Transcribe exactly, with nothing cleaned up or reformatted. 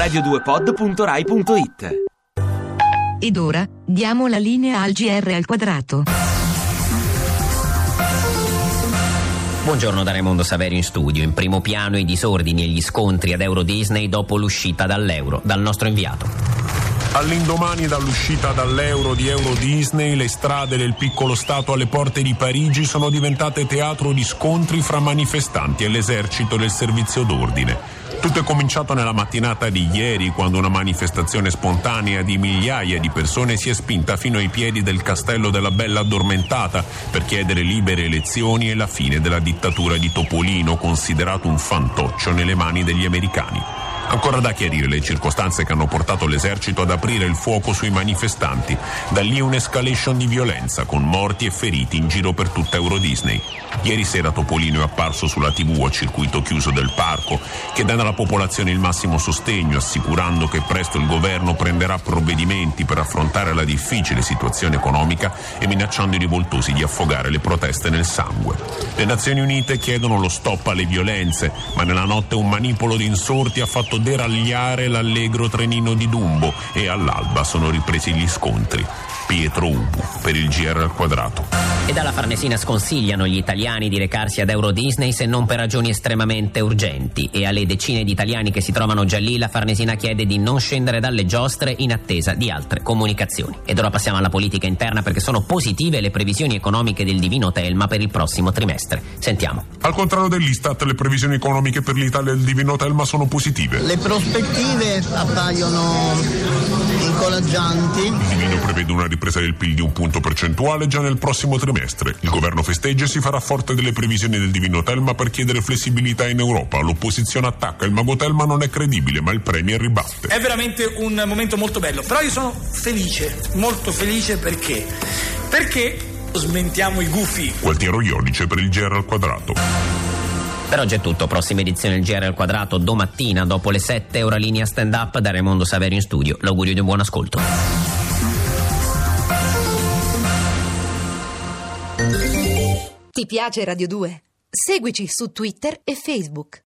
radio due pod punto rai punto it. Ed ora diamo la linea al G R al quadrato. Buongiorno da Raimondo Saverio in studio. In primo piano i disordini e gli scontri ad Euro Disney dopo l'uscita dall'euro. Dal nostro inviato. All'indomani dall'uscita dall'euro di Euro Disney, le strade del piccolo stato alle porte di Parigi sono diventate teatro di scontri fra manifestanti e l'esercito del servizio d'ordine. Tutto è cominciato nella mattinata di ieri, quando una manifestazione spontanea di migliaia di persone si è spinta fino ai piedi del castello della Bella Addormentata per chiedere libere elezioni e la fine della dittatura di Topolino, considerato un fantoccio nelle mani degli americani. Ancora da chiarire le circostanze che hanno portato l'esercito ad aprire il fuoco sui manifestanti. Da lì un'escalation di violenza, con morti e feriti in giro per tutta Euro Disney. Ieri sera Topolino è apparso sulla tivù a circuito chiuso del parco, chiedendo alla popolazione il massimo sostegno, assicurando che presto il governo prenderà provvedimenti per affrontare la difficile situazione economica e minacciando i rivoltosi di affogare le proteste nel sangue. Le Nazioni Unite chiedono lo stop alle violenze, ma nella notte un manipolo di insorti ha fatto deragliare l'allegro trenino di Dumbo e all'alba sono ripresi gli scontri. Pietro Ubu per il G R al quadrato. E dalla Farnesina sconsigliano gli italiani di recarsi ad Euro Disney se non per ragioni estremamente urgenti, e alle decine di italiani che si trovano già lì la Farnesina chiede di non scendere dalle giostre in attesa di altre comunicazioni. Ed ora passiamo alla politica interna, perché sono positive le previsioni economiche del Divino Telma per il prossimo trimestre. Sentiamo. Al contrario dell'Istat, le previsioni economiche per l'Italia del Divino Telma sono positive. Le prospettive appaiono incoraggianti. Il Divino prevede una ripresa del P I L di un punto percentuale già nel prossimo trimestre. Il governo festeggia e si farà forte delle previsioni del Divino Telma per chiedere flessibilità in Europa. L'opposizione attacca, il mago Telma non è credibile, ma il premier ribatte. È veramente un momento molto bello, però io sono felice, molto felice perché? Perché smentiamo i gufi. Gualtiero Ionice per il G R al quadrato. Per oggi è tutto, prossima edizione del G R al quadrato domattina dopo le sette, ora linea stand up da Raimondo Saverio in studio. L'augurio di un buon ascolto. Ti piace Radio due? Seguici su Twitter e Facebook.